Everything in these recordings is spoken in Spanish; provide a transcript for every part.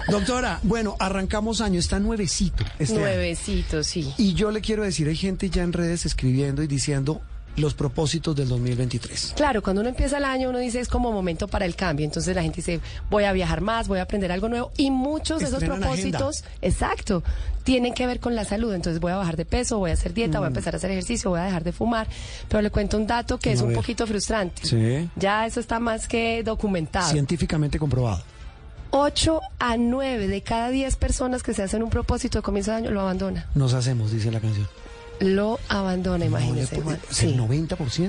Doctora, bueno, arrancamos año, está nuevecito. Nuevecito, sí. Y yo le quiero decir, hay gente ya en redes escribiendo y diciendo los propósitos del 2023. Claro, cuando uno empieza el año, uno dice es como momento para el cambio. Entonces la gente dice, voy a viajar más, voy a aprender algo nuevo. Y muchos de esos propósitos, exacto, tienen que ver con la salud. Entonces voy a bajar de peso, voy a hacer dieta, voy a empezar a hacer ejercicio, voy a dejar de fumar. Pero le cuento un dato que es un poquito frustrante. Sí. Ya eso está más que documentado. Científicamente comprobado. 8 a 9 de cada 10 personas que se hacen un propósito de comienzo de año lo abandona. Nos hacemos, dice la canción. Lo abandona, imagínese, Juan. Sí. El 90%.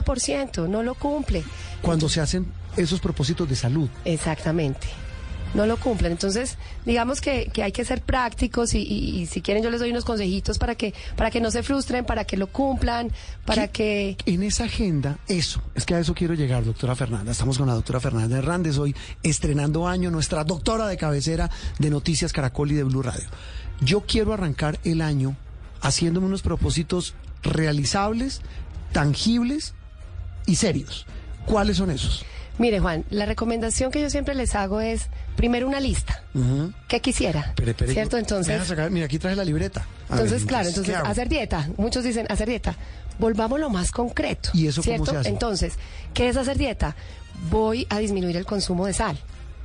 90%, no lo cumple. Cuando se hacen esos propósitos de salud. Exactamente. No lo cumplen. Entonces, digamos que hay que ser prácticos y si quieren yo les doy unos consejitos para que no se frustren, para que lo cumplan, para que... En esa agenda, eso, es que a eso quiero llegar, doctora Fernanda. Estamos con la doctora Fernanda Hernández hoy, estrenando año, nuestra doctora de cabecera de Noticias Caracol y de Blue Radio. Yo quiero arrancar el año haciéndome unos propósitos realizables, tangibles y serios. ¿Cuáles son esos? Mire, Juan, la recomendación que yo siempre les hago es, primero una lista. ¿Qué quisiera? ¿Cierto? Entonces... Mira, aquí traje la libreta. Entonces, claro, hacer dieta. Muchos dicen, hacer dieta. Volvamos lo más concreto. ¿Y eso ¿cierto? cómo se hace? Entonces, ¿qué es hacer dieta? Voy a disminuir el consumo de sal.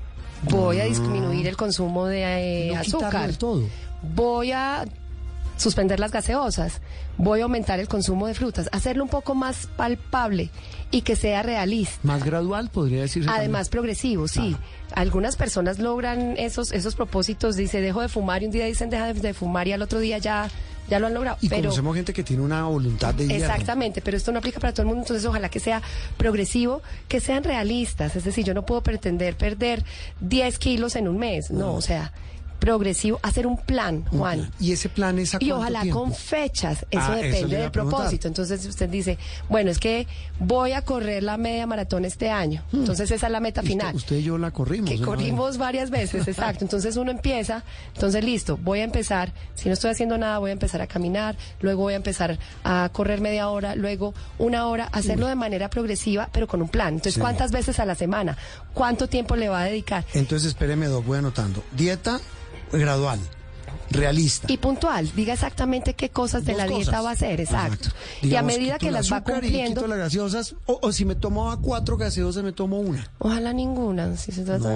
Voy a disminuir el consumo de azúcar. Del todo. Voy a suspender las gaseosas, voy a aumentar el consumo de frutas, hacerlo un poco más palpable y que sea realista. Más gradual, podría decirse. Además, progresivo, sí. Algunas personas logran esos propósitos, dice, dejo de fumar, y un día dicen, deja de fumar, y al otro día ya lo han logrado. Y conocemos gente que tiene una voluntad de hierro. Exactamente, pero esto no aplica para todo el mundo, entonces ojalá que sea progresivo, que sean realistas, es decir, yo no puedo pretender perder 10 kilos en un mes, no, o sea... progresivo, hacer un plan, Juan. ¿Y ese plan es a cuánto Y ojalá tiempo? Con fechas, eso depende del propósito. Entonces usted dice, bueno, es que voy a correr la media maratón este año. Entonces esa es la meta final. Usted y yo la corrimos. Que corrimos varias veces, exacto. Entonces uno empieza, entonces listo, voy a empezar, si no estoy haciendo nada, voy a empezar a caminar, luego voy a empezar a correr media hora, luego una hora, hacerlo de manera progresiva, pero con un plan. Entonces, ¿cuántas veces a la semana? ¿Cuánto tiempo le va a dedicar? Entonces, espéreme, Doc, voy anotando. Dieta gradual, realista. Y puntual, diga exactamente qué cosas de la dieta va a hacer, exacto. Y a medida que las va cumpliendo... Quito las gaseosas, o si me tomaba 4 gaseosas, me tomo una. Ojalá ninguna, si se trata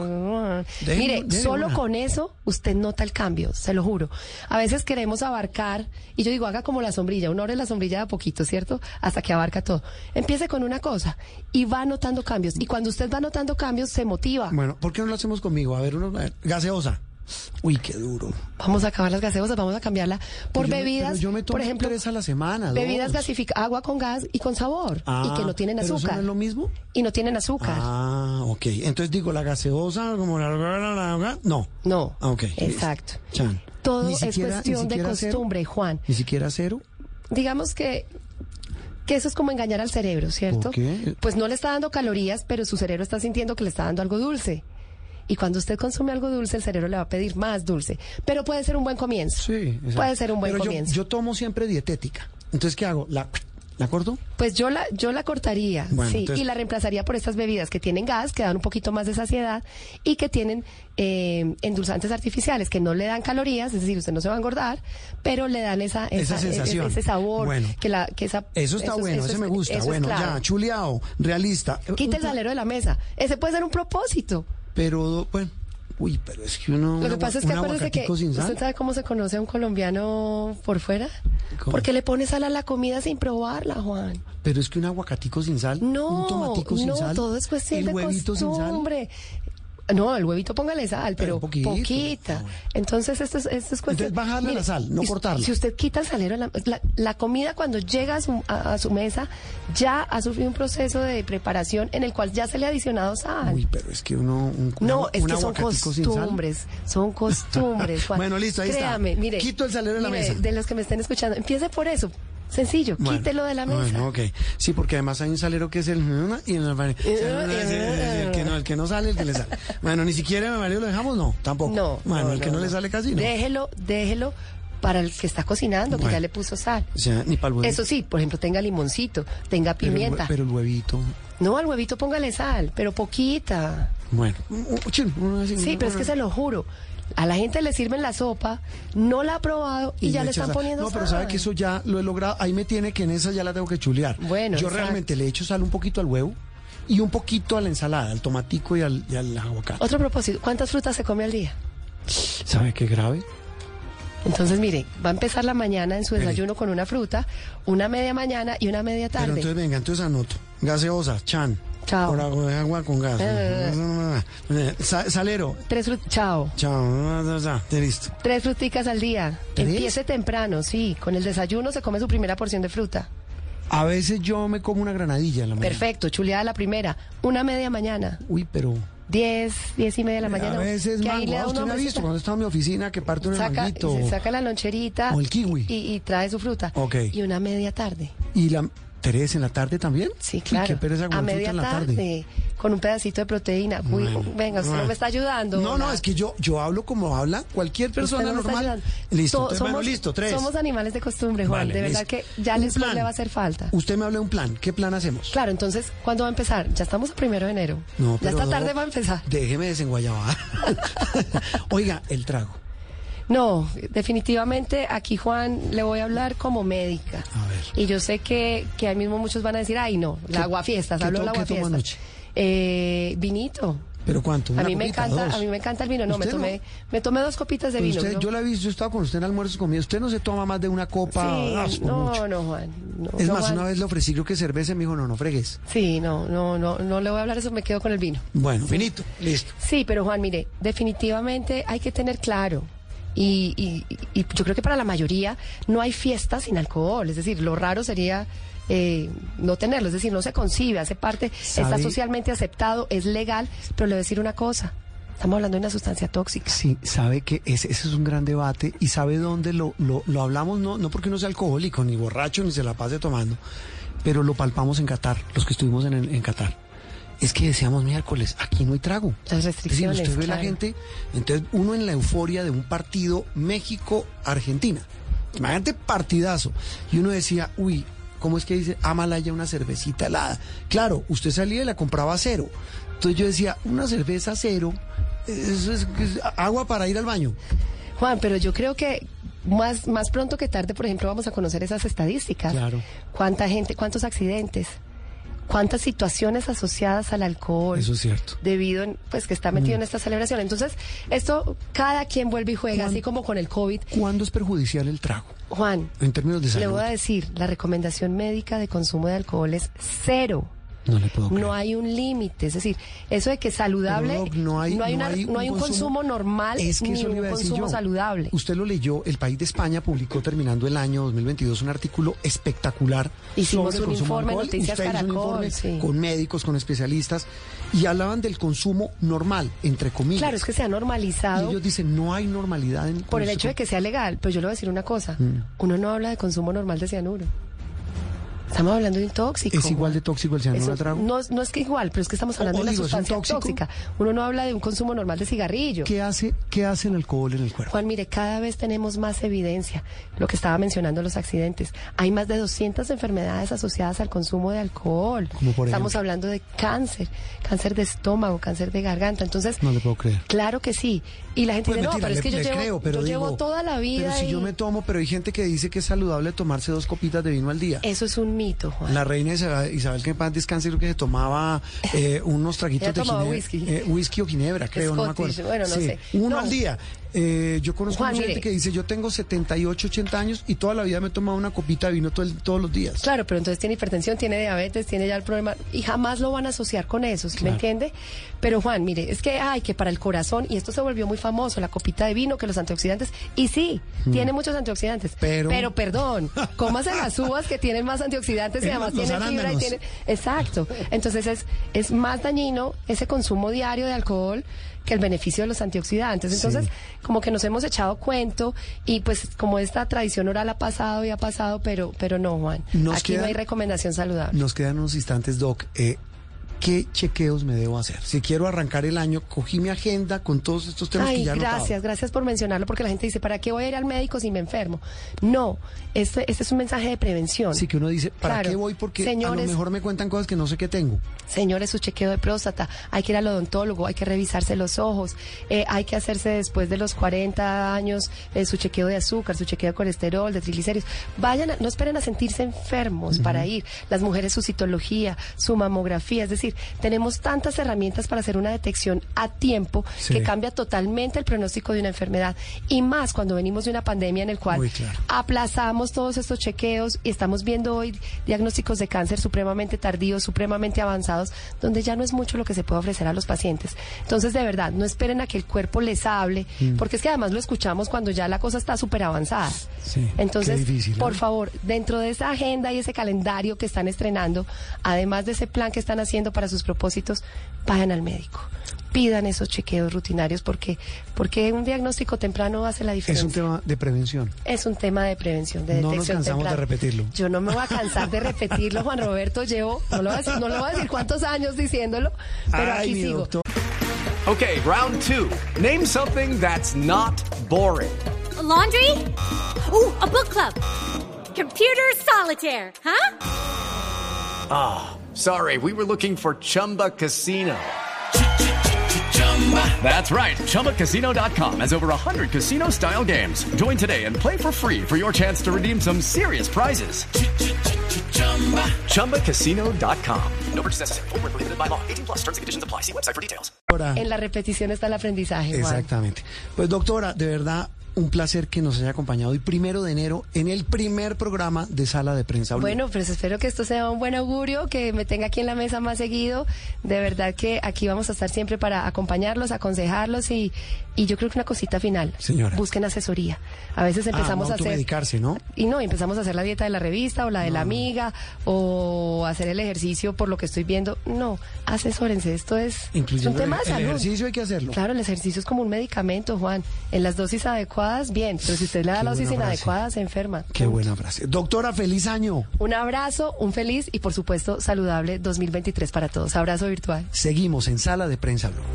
de... Mire, solo con eso usted nota el cambio, se lo juro. A veces queremos abarcar, y yo digo, haga como la sombrilla, uno abre la sombrilla de a poquito, ¿cierto? Hasta que abarca todo. Empiece con una cosa y va notando cambios. Y cuando usted va notando cambios, se motiva. Bueno, ¿por qué no lo hacemos conmigo? A ver, gaseosa. Uy, qué duro. Vamos a acabar las gaseosas, vamos a cambiarla por bebidas. Pero yo me tomo, por ejemplo, 3 a la semana. Bebidas gasificadas, agua con gas y con sabor. Y que no tienen azúcar. ¿Pero eso no es lo mismo? Y no tienen azúcar. Ah, ok. Entonces digo, la gaseosa, como no. No. Ok. Exacto. Chan. Todo es cuestión de costumbre, Juan. ¿Ni siquiera cero? Digamos que eso es como engañar al cerebro, ¿cierto? ¿Por qué? Pues no le está dando calorías, pero su cerebro está sintiendo que le está dando algo dulce. Y cuando usted consume algo dulce, el cerebro le va a pedir más dulce. Pero puede ser un buen comienzo. Sí, exacto. Puede ser un buen comienzo. Yo tomo siempre dietética. Entonces, ¿qué hago? ¿La corto? Pues yo la cortaría, bueno, sí, entonces... y la reemplazaría por estas bebidas que tienen gas, que dan un poquito más de saciedad y que tienen endulzantes artificiales, que no le dan calorías, es decir, usted no se va a engordar, pero le dan esa sensación, ese sabor. Bueno, eso está bueno, ese me gusta. Bueno, claro. Ya, chuleado, realista. Quita el salero de la mesa. Ese puede ser un propósito. Pero, bueno, pero es que uno... Lo que pasa es que acuérdese que... ¿Usted sabe cómo se conoce a un colombiano por fuera? ¿Cómo? Porque le pone sal a la comida sin probarla, Juan. Pero es que un aguacatico sin sal, no, un tomatico sin sal... No, todo es cuestión de costumbre. No, el huevito póngale sal, pero poquita. Entonces, esto es cuestión... Entonces, bajarle la sal, no cortarla. Si usted quita el salero, la comida cuando llega a su mesa, ya ha sufrido un proceso de preparación en el cual ya se le ha adicionado sal. Uy, pero es que son costumbres, Juan. Bueno, listo, ahí Créame, está. Mire, quito el salero de la mesa. De los que me estén escuchando, empiece por eso. Sencillo, quítelo de la mesa. Bueno, ok. Sí, porque además hay un salero que es el... y el que no sale, el que le sale. Bueno, ni siquiera mi marido lo dejamos, no, tampoco. No. Bueno, el que no le sale casi, no. Déjelo para el que está cocinando, que ya le puso sal. O sea, ni para el huevito. Eso sí, por ejemplo, tenga limoncito, tenga pimienta. Pero el huevito... No, al huevito póngale sal, pero poquita. Bueno, sí, pero es que se lo juro. A la gente le sirven la sopa, no la ha probado y ya le están poniendo sal. No, pero sabe que eso ya lo he logrado. Ahí me tiene que en esa ya la tengo que chulear. Bueno, yo realmente le echo sal un poquito al huevo y un poquito a la ensalada, al tomatico y al aguacate. Otro propósito, ¿cuántas frutas se come al día? ¿Sabe qué grave? Entonces, mire, va a empezar la mañana en su desayuno con una fruta, una media mañana y una media tarde. Pero entonces, venga, entonces anoto. Gaseosa, chan. Chao. Por agua con gas. Salero. Chao. Chao. Listo. 3 fruticas al día. ¿3? Empiece temprano, sí. Con el desayuno se come su primera porción de fruta. A veces yo me como una granadilla en la mañana. Perfecto, chuleada la primera. Una media mañana. Uy, pero... 10 y media de la mañana. A veces mango. Usted me ha visto cuando estaba en mi oficina que parte un manguito. Se saca la loncherita. O el kiwi. Y trae su fruta. Ok. Y una media tarde. ¿Y la Teresa en la tarde también? Sí, claro. Uy, qué pereza a comer fruta media en la tarde. Con un pedacito de proteína. Uy, venga, usted no me está ayudando. No, es que yo hablo como habla cualquier persona normal. Listo, listo, 3. Somos animales de costumbre, Juan. Vale, de verdad que ya les le va a hacer falta. Usted me habla de un plan. ¿Qué plan hacemos? Claro, entonces, ¿cuándo va a empezar? Ya estamos a 1 de enero. No, ya esta tarde va a empezar. Déjeme desenguayabar. Oiga, el trago. No, definitivamente aquí, Juan, le voy a hablar como médica. A ver. Y yo sé que ahí mismo muchos van a decir, ay, no, la aguafiestas, hablo de la aguafiestas. ¿Qué tomó anoche? Vinito. ¿Pero cuánto? A mí me encanta el vino. No, me tomé 2 copitas de vino. Yo la he visto, yo estaba con usted en almuerzos conmigo. Usted no se toma más de una copa. Sí, no, Juan. Es más, Juan. una vez le ofrecí creo que cerveza y me dijo, no fregues. Sí, no le voy a hablar eso, me quedo con el vino. Bueno, vinito, listo. Sí, pero Juan, mire, definitivamente hay que tener claro. Y yo creo que para la mayoría no hay fiestas sin alcohol. Es decir, lo raro sería no tenerlo. Es decir, no se concibe, hace parte, está socialmente aceptado, es legal. Pero le voy a decir una cosa. Estamos hablando de una sustancia tóxica. Sí, sabe que ese es un gran debate y sabe dónde lo hablamos, no porque uno sea alcohólico, ni borracho, ni se la pase tomando, pero lo palpamos en Qatar, los que estuvimos en Qatar. Es que decíamos miércoles, aquí no hay trago. Las restricciones, es decir, usted ve claro. la gente, entonces uno en la euforia de un partido México-Argentina, imagínate partidazo, y uno decía, uy, ¿cómo es que dice? Amalaya una cervecita helada. Claro, usted salía y la compraba a 0. Entonces yo decía, una cerveza a 0, eso es agua para ir al baño. Juan, pero yo creo que más pronto que tarde, por ejemplo, vamos a conocer esas estadísticas. Claro. ¿Cuánta gente, cuántos accidentes? ¿Cuántas situaciones asociadas al alcohol? Eso es cierto. Debido que está metido en esta celebración. Entonces, esto cada quien vuelve y juega, así como con el COVID. ¿Cuándo es perjudicial el trago? Juan, en términos de salud. Le voy a decir, la recomendación médica de consumo de alcohol es 0. No le puedo creer. No hay un límite, es decir, eso de que saludable, no hay un consumo normal, es que ni eso un consumo saludable. Usted lo leyó, El País de España publicó terminando el año 2022 un artículo espectacular. Hicimos sobre un el consumo informe, de alcohol. Noticias Usted Caracol, hizo un informe sí. Con médicos, con especialistas, y hablaban del consumo normal, entre comillas. Claro, es que se ha normalizado. Y ellos dicen, no hay normalidad en por el hecho de que sea legal. Pero yo le voy a decir una cosa, uno no habla de consumo normal de cianuro. Estamos hablando de un tóxico. ¿Es igual de tóxico el cianuro al trago? No es que igual, pero es que estamos hablando de una sustancia tóxica. Uno no habla de un consumo normal de cigarrillo. ¿Qué hace el alcohol en el cuerpo? Juan, mire, cada vez tenemos más evidencia. Lo que estaba mencionando los accidentes. Hay más de 200 enfermedades asociadas al consumo de alcohol. Como por Estamos ejemplo, hablando de cáncer de estómago, cáncer de garganta. Entonces, no le puedo creer. Claro que sí. Y la gente dice, no, pero es que yo llevo toda la vida. Pero si yo me tomo, pero hay gente que dice que es saludable tomarse 2 copitas de vino al día. Eso es un mito, Juan. La reina Isabel, que en paz descanse, creo que se tomaba unos traguitos de ginebra. Whisky o ginebra, creo, no me acuerdo. Bueno, no sé. Uno al día. Yo conozco mucha gente que dice, yo tengo 78, 80 años y toda la vida me he tomado una copita de vino todos los días. Claro, pero entonces tiene hipertensión, tiene diabetes, tiene ya el problema y jamás lo van a asociar con eso, ¿sí me entiende? Pero Juan, mire, es que para el corazón, y esto se volvió muy famoso, la copita de vino, que los antioxidantes, y sí, tiene muchos antioxidantes, pero perdón, cómase las uvas que tienen más antioxidantes y además tienen fibra y tienen... Exacto, entonces es más dañino ese consumo diario de alcohol que el beneficio de los antioxidantes. Entonces, como que nos hemos echado cuento y pues como esta tradición oral ha pasado, pero no, Juan. Aquí no hay recomendación saludable. Nos quedan unos instantes, Doc. ¿qué chequeos me debo hacer? Si quiero arrancar el año, cogí mi agenda con todos estos temas que ya he notado. Gracias por mencionarlo, porque la gente dice, ¿para qué voy a ir al médico si me enfermo? No, este es un mensaje de prevención. Sí, que uno dice, ¿para qué voy? Porque señores, a lo mejor me cuentan cosas que no sé qué tengo. Señores, su chequeo de próstata, hay que ir al odontólogo, hay que revisarse los ojos, hay que hacerse después de los 40 años su chequeo de azúcar, su chequeo de colesterol, de triglicéridos. No esperen a sentirse enfermos para ir. Las mujeres, su citología, su mamografía, es decir, tenemos tantas herramientas para hacer una detección a tiempo que cambia totalmente el pronóstico de una enfermedad, y más cuando venimos de una pandemia en el cual aplazamos todos estos chequeos y estamos viendo hoy diagnósticos de cáncer supremamente tardíos, supremamente avanzados, donde ya no es mucho lo que se puede ofrecer a los pacientes. Entonces, de verdad, no esperen a que el cuerpo les hable, porque es que además lo escuchamos cuando ya la cosa está súper avanzada. Entonces, difícil, por favor, dentro de esa agenda y ese calendario que están estrenando, además de ese plan que están haciendo para sus propósitos, vayan al médico. Pidan esos chequeos rutinarios porque un diagnóstico temprano hace la diferencia. Es un tema de prevención. Es un tema de prevención, de detección temprana. No nos cansamos de repetirlo. Yo no me voy a cansar de repetirlo, Juan Roberto. No le voy a decir cuántos años diciéndolo, pero aquí sigo. Doctor. Okay, round 2. Name something that's not boring. A laundry? Ooh, a book club. Computer solitaire, huh? Ah, sorry, we were looking for Chumba Casino. That's right. ChumbaCasino.com has over 100 casino-style games. Join today and play for free for your chance to redeem some serious prizes. ChumbaCasino.com. No purchase necessary. Void where prohibited by law. 18+ terms and conditions apply. See website for details. En la repetición está el aprendizaje, Juan. Exactamente. Pues, doctora, de verdad, un placer que nos haya acompañado hoy 1 de enero en el primer programa de Sala de Prensa Blue. Bueno, pues espero que esto sea un buen augurio, que me tenga aquí en la mesa más seguido. De verdad que aquí vamos a estar siempre para acompañarlos, aconsejarlos y yo creo que una cosita final. Señora. Busquen asesoría. A veces empezamos a hacer... automedicarse, ¿no? Y empezamos a hacer la dieta de la revista o la de la amiga o hacer el ejercicio por lo que estoy viendo. No, asesórense. Esto es un tema de salud. El ejercicio hay que hacerlo. Claro, el ejercicio es como un medicamento, Juan. En las dosis adecuadas, bien, pero si usted le da la dosis inadecuada, se enferma. Qué buena frase. Doctora, feliz año. Un abrazo, un feliz y por supuesto saludable 2023 para todos. Abrazo virtual. Seguimos en Sala de Prensa Blue.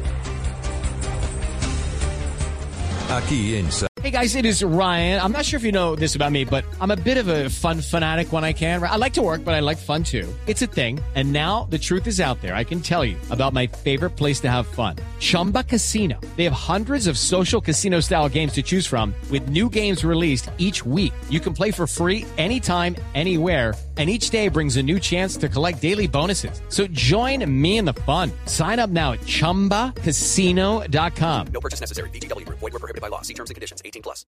Aquí en Hey guys, it is Ryan. I'm not sure if you know this about me, but I'm a bit of a fun fanatic when I can. I like to work, but I like fun too. It's a thing. And now the truth is out there. I can tell you about my favorite place to have fun. Chumba Casino. They have hundreds of social casino style games to choose from with new games released each week. You can play for free anytime, anywhere. And each day brings a new chance to collect daily bonuses. So join me in the fun. Sign up now at ChumbaCasino.com. No purchase necessary. VGW Group. Void where prohibited by law. See terms and conditions. 18+.